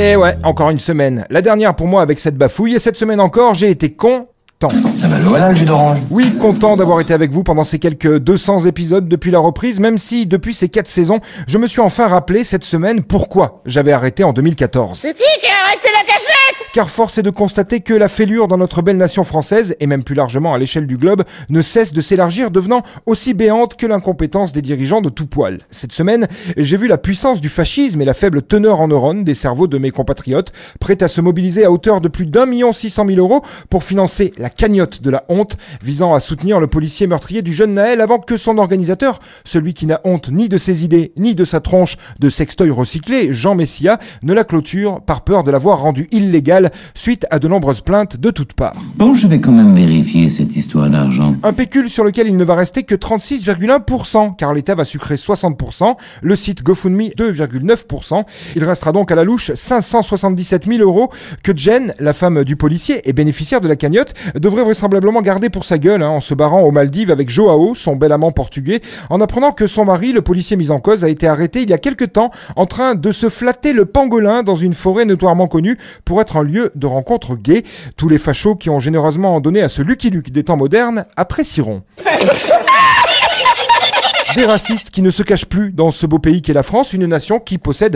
Et ouais, encore une semaine. La dernière pour moi avec cette bafouille, et cette semaine encore, j'ai été content. Ah bah voilà le jus d'orange. Oui, content d'avoir été avec vous pendant ces quelques 200 épisodes depuis la reprise, même si depuis ces 4 saisons, je me suis enfin rappelé cette semaine pourquoi j'avais arrêté en 2014. C'est qui a arrêté la cachette ? Car force est de constater que la fêlure dans notre belle nation française, et même plus largement à l'échelle du globe, ne cesse de s'élargir, devenant aussi béante que l'incompétence des dirigeants de tout poil. Cette semaine, j'ai vu la puissance du fascisme et la faible teneur en neurones des cerveaux de mes compatriotes, prêts à se mobiliser à hauteur de plus d'1 600 000 € pour financer la cagnotte de la honte, visant à soutenir le policier meurtrier du jeune Naël avant que son organisateur, celui qui n'a honte ni de ses idées, ni de sa tronche de sextoy recyclé, Jean Messia, ne la clôture par peur de l'avoir rendue illégale suite à de nombreuses plaintes de toutes parts. Bon, je vais quand même vérifier cette histoire d'argent. Un pécule sur lequel il ne va rester que 36,1%, car l'État va sucrer 60%, le site GoFundMe 2,9%. Il restera donc à la louche 577 000 € que Jen, la femme du policier et bénéficiaire de la cagnotte, devrait vraisemblablement garder pour sa gueule, en se barrant aux Maldives avec Joao, son bel amant portugais, en apprenant que son mari, le policier mis en cause, a été arrêté il y a quelque temps en train de se flatter le pangolin dans une forêt notoirement connue pour être un lieu de rencontre gay. Tous les fachos qui ont généreusement donné à ce Lucky Luke des temps modernes apprécieront. Des racistes qui ne se cachent plus dans ce beau pays qu'est la France, une nation qui possède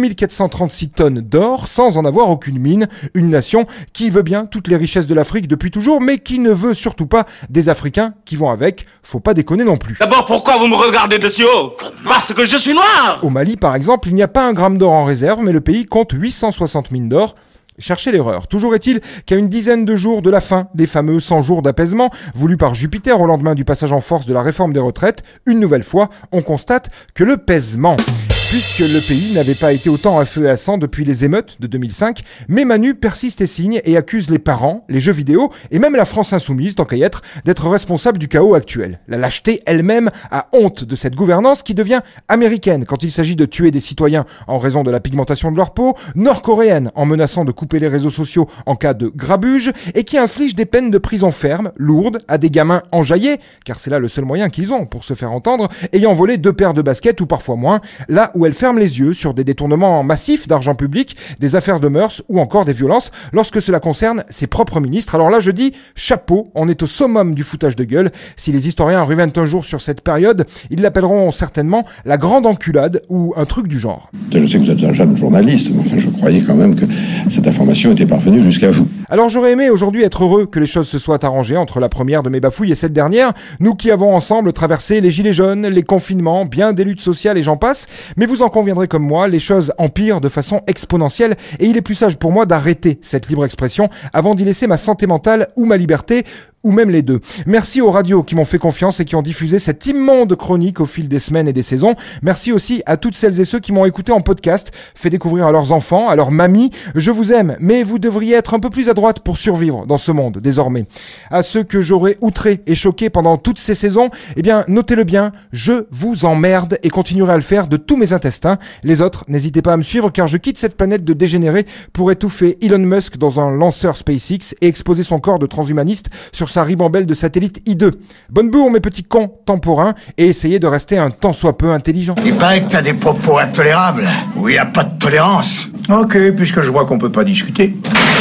2436 tonnes d'or sans en avoir aucune mine, une nation qui veut bien toutes les richesses de l'Afrique depuis toujours, mais qui ne veut surtout pas des Africains qui vont avec, faut pas déconner non plus. D'abord, pourquoi vous me regardez de si haut ? Parce que je suis noir ! Au Mali, par exemple, il n'y a pas un gramme d'or en réserve, mais le pays compte 860 mines d'or. Cherchez l'erreur. Toujours est-il qu'à une dizaine de jours de la fin des fameux 100 jours d'apaisement voulus par Jupiter au lendemain du passage en force de la réforme des retraites, une nouvelle fois, on constate que le pèsement. Puisque le pays n'avait pas été autant à feu et à sang depuis les émeutes de 2005, mais Manu persiste et signe et accuse les parents, les jeux vidéo et même la France insoumise, tant qu'à y être, d'être responsable du chaos actuel. La lâcheté elle-même a honte de cette gouvernance qui devient américaine quand il s'agit de tuer des citoyens en raison de la pigmentation de leur peau, nord-coréenne en menaçant de couper les réseaux sociaux en cas de grabuge et qui inflige des peines de prison ferme, lourdes, à des gamins enjaillés, car c'est là le seul moyen qu'ils ont pour se faire entendre, ayant volé 2 paires de baskets ou parfois moins, là où elle ferme les yeux sur des détournements massifs d'argent public, des affaires de mœurs ou encore des violences lorsque cela concerne ses propres ministres. Alors là, je dis chapeau, on est au summum du foutage de gueule. Si les historiens reviennent un jour sur cette période, ils l'appelleront certainement la grande enculade ou un truc du genre. Je sais que vous êtes un jeune journaliste, mais enfin, je croyais quand même que cette information était parvenue jusqu'à vous. Alors j'aurais aimé aujourd'hui être heureux que les choses se soient arrangées entre la première de mes bafouilles et cette dernière, nous qui avons ensemble traversé les gilets jaunes, les confinements, bien des luttes sociales et j'en passe, mais vous en conviendrez comme moi, les choses empirent de façon exponentielle et il est plus sage pour moi d'arrêter cette libre expression avant d'y laisser ma santé mentale ou ma liberté, ou même les deux. Merci aux radios qui m'ont fait confiance et qui ont diffusé cette immonde chronique au fil des semaines et des saisons. Merci aussi à toutes celles et ceux qui m'ont écouté en podcast, fait découvrir à leurs enfants, à leurs mamies. Je vous aime, mais vous devriez être un peu plus à droite pour survivre dans ce monde, désormais. À ceux que j'aurais outrés et choqués pendant toutes ces saisons, eh bien, notez-le bien, je vous emmerde et continuerai à le faire de tous mes intestins. Les autres, n'hésitez pas à me suivre car je quitte cette planète de dégénérés pour étouffer Elon Musk dans un lanceur SpaceX et exposer son corps de transhumaniste sur sa ribambelle de satellite I2. Bonne bourre mes petits cons temporins et essayez de rester un tant soit peu intelligent. Il paraît que t'as des propos intolérables, où il n'y a pas de tolérance. Ok, puisque je vois qu'on peut pas discuter.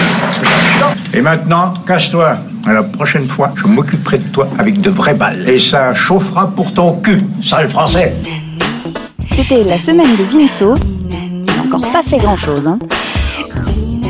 Et maintenant, casse-toi. À la prochaine fois, je m'occuperai de toi avec de vraies balles. Et ça chauffera pour ton cul, sale français. C'était la semaine de Vinceau. Il n'a encore pas fait grand-chose,